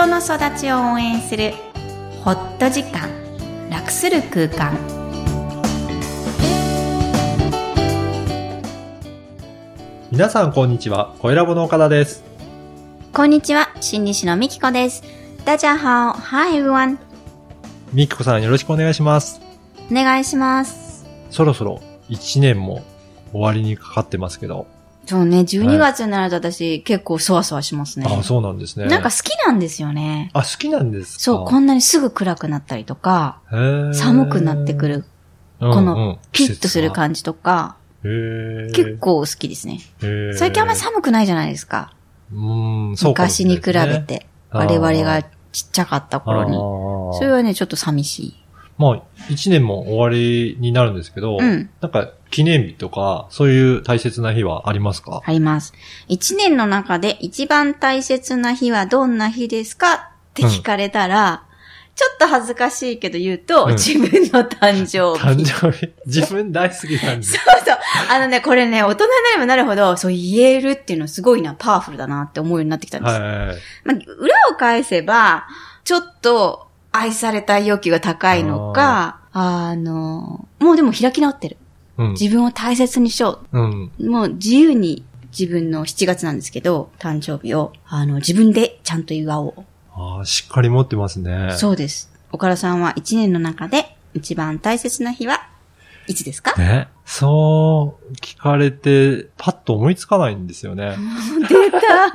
人の育ちを応援するホット時間、楽する空間。 皆さんこんにちは、声ラボの岡田です。 こんにちは、心理師のみきこです。大家好、Hi everyone。 みきこさんよろしくお願いします。 お願いします。 そろそろ1年も終わりにかかってますけど。 そうね、12月になると私、結構そわそわしますね。 あ、そうなんですね。 なんか好きなんですよね。 あ、好きなんですか？ そう、こんなにすぐ暗くなったりとか、寒くなってくる、このピッとする感じとか、結構好きですね。最近あんまり寒くないじゃないですか。 そう昔に比べて、我々がちっちゃかった頃に。それはね、ちょっと寂しい。 まあ、1年も終わりになるんですけど、なんか記念日とか、そういう大切な日はありますか？ あります。1年の中で一番大切な日はどんな日ですかって聞かれたら、ちょっと恥ずかしいけど言うと、自分の誕生日。誕生日。 自分大好きなんです。 そうそう。これね、大人になればなるほど、そう言えるっていうのはすごいな、パワフルだなって思うようになってきたんです。まあ、裏を返せば、ちょっと愛されたい欲求が高いのか、もうでも開き直ってる。自分を大切にしよう。もう自由に自分の7月なんですけど、誕生日を、自分でちゃんと祝おう。 しっかり持ってますね。 そうです。岡田さんは1年の中で一番大切な日はいつですか？ ね。そう聞かれてパッと思いつかないんですよね。 出た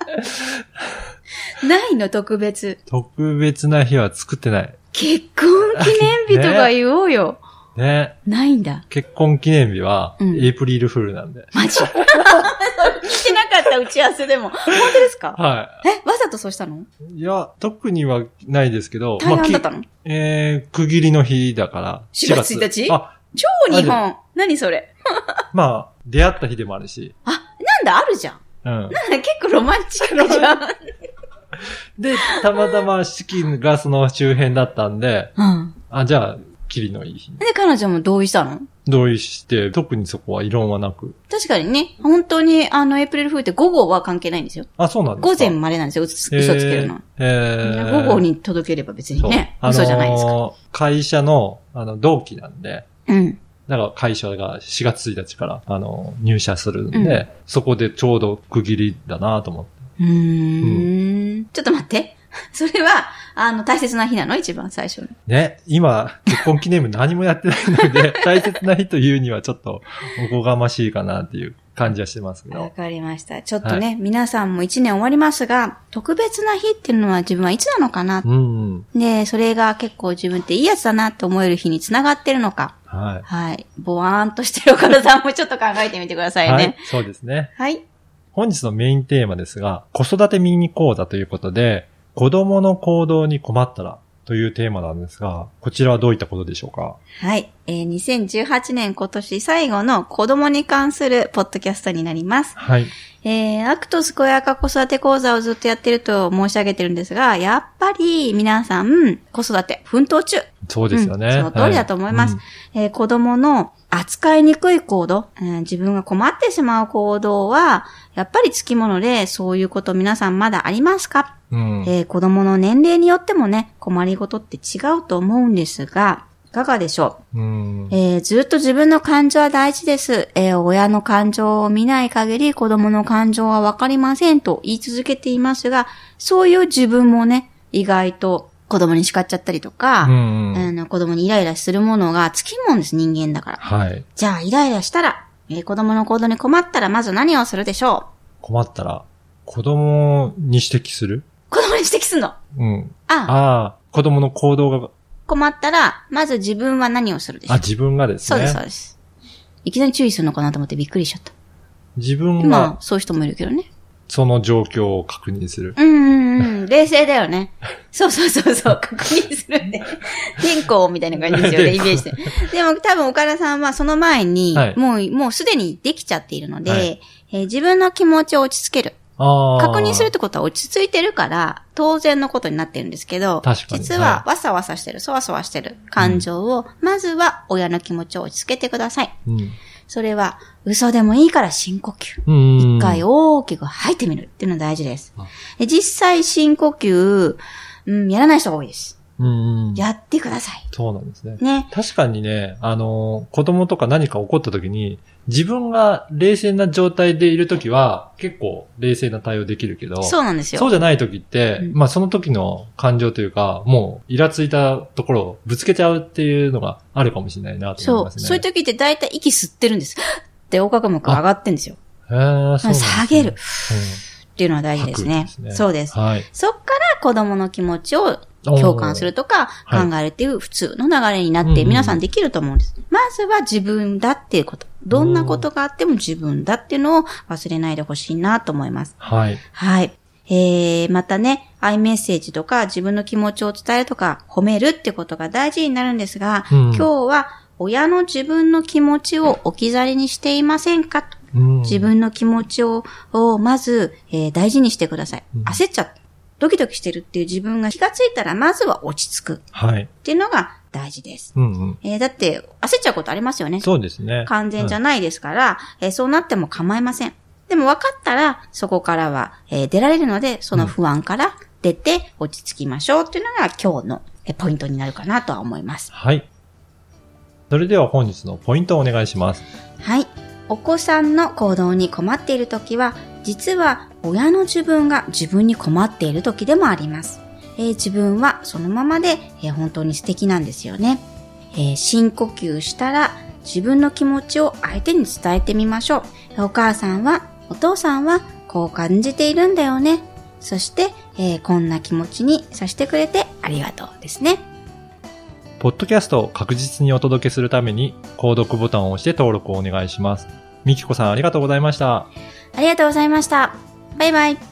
ないの？特別な日は作ってない。 結婚記念日とか言おうよ。 ね。 ないんだ。 結婚記念日は、エイプリルフールなんで。 マジ聞いてなかった打ち合わせでも。本当ですか？ はい。 わざとそうしたの？ いや、特にはないですけど。 大半だったの？ 区切りの日だから。 4月1日？超日本。何それ？まあ、出会った日でもあるし。 なんだ、あるじゃん。なんだ、結構ロマンチックじゃん。 で、たまたま式がその周辺だったんで、じゃあ、キリのいい日。で、 彼女も同意したの？ 同意して、特にそこは異論はなく。 確かにね、本当にエイプリルフールって午後は関係ないんですよ。 そうなんですか？ 午前までなんですよ、嘘つけるの。午後に届ければ別にね、嘘じゃないですか。 会社の、同期なんで、だから会社が4月1日から、入社するんで、そこでちょうど区切りだなと思って。 ちょっと待って。それは、大切な日なの？一番最初に。 ね、今、結婚記念日何もやってないので、大切な日というにはちょっと、おこがましいかなっていう感じはしてますけど。 わかりました。ちょっとね、皆さんも1年終わりますが、特別な日っていうのは自分はいつなのかな。で、それが結構自分っていいやつだなって思える日につながってるのか。はい。ぼわーんとしてる岡田さんもちょっと考えてみてくださいね。はい、 そうですね。 はい。 本日のメインテーマですが、子育てミニ講座ということで、子供の行動に困ったらというテーマなんですが、こちらはどういったことでしょうか？ はい。2018年今年最後の子供に関するポッドキャストになります。 はい。 アクトス健やか子育て講座をずっとやってると申し上げてるんですが、やっぱり皆さん子育て奮闘中。 そうですよね。 その通りだと思います。子供の扱いにくい行動、自分が困ってしまう行動は、やっぱりつきもので、そういうこと皆さんまだありますか？子供の年齢によってもね、困りごとって違うと思うんですが、いかがでしょう？ずっと自分の感情は大事です。親の感情を見ない限り子供の感情はわかりませんと言い続けていますが、そういう自分もね、意外と子供に叱っちゃったりとか、子供にイライラするものがつきもんです、人間だから。 はい。 じゃあ、イライラしたら、子供の行動に困ったら、まず何をするでしょう？ 困ったら、子供に指摘する？ 子供に指摘すんの？ 子供の行動が。 困ったら、まず自分は何をするでしょう？ 自分がですね。 そうです、そうです。いきなり注意するのかなと思ってびっくりしちゃった。 自分が。 まあ、そういう人もいるけどね。 その状況を確認する。 冷静だよね。そう、確認するね。天候みたいな感じですよね、イメージで。でも多分岡田さんはその前に、もうすでにできちゃっているので、自分の気持ちを落ち着ける。確認するってことは落ち着いてるから、当然のことになってるんですけど、実はわさわさしてる、そわそわしてる感情を、まずは親の気持ちを落ち着けてください。 それは嘘でもいいから深呼吸。一回大きく吐いてみるっていうのが大事です。実際深呼吸、やらない人が多いです。やってください。 そうなんですね。ね。確かにね、子供とか何か起こった時に、自分が冷静な状態でいる時は、結構冷静な対応できるけど、 そうなんですよ。 そうじゃない時って、その時の感情というか、もう、イラついたところをぶつけちゃうっていうのがあるかもしれないなと思いますね。 そういう時って大体息吸ってるんです。って横隔膜上がってんですよ。 そうなんですね。 下げる。っていうのは大事ですね。そうです。そっから子供の気持ちを共感するとか考えるっていう普通の流れになって皆さんできると思うんです。まずは自分だっていうこと。どんなことがあっても自分だっていうのを忘れないでほしいなと思います。 はい。 はい。またね、アイメッセージとか自分の気持ちを伝えるとか褒めるってことが大事になるんですが、今日は親の自分の気持ちを置き去りにしていませんかと。自分の気持ちをまず、大事にしてください。焦っちゃった。ドキドキしてるっていう自分が気がついたら、まずは落ち着く。はい。っていうのが大事です。だって、焦っちゃうことありますよね。 そうですね。 完全じゃないですから、そうなっても構いません。でも分かったら、そこからは、出られるので、その不安から出て落ち着きましょうっていうのが今日のポイントになるかなとは思います。 はい。それでは本日のポイントをお願いします。 はい。お子さんの行動に困っているときは、実は親の自分が自分に困っているときでもあります。自分はそのままで、本当に素敵なんですよね。深呼吸したら自分の気持ちを相手に伝えてみましょう。お母さんは、お父さんはこう感じているんだよね。そして、こんな気持ちにさせてくれてありがとうですね。 ポッドキャストを確実にお届けするために、購読ボタンを押して登録をお願いします。みきこさんありがとうございました。 ありがとうございました。バイバイ。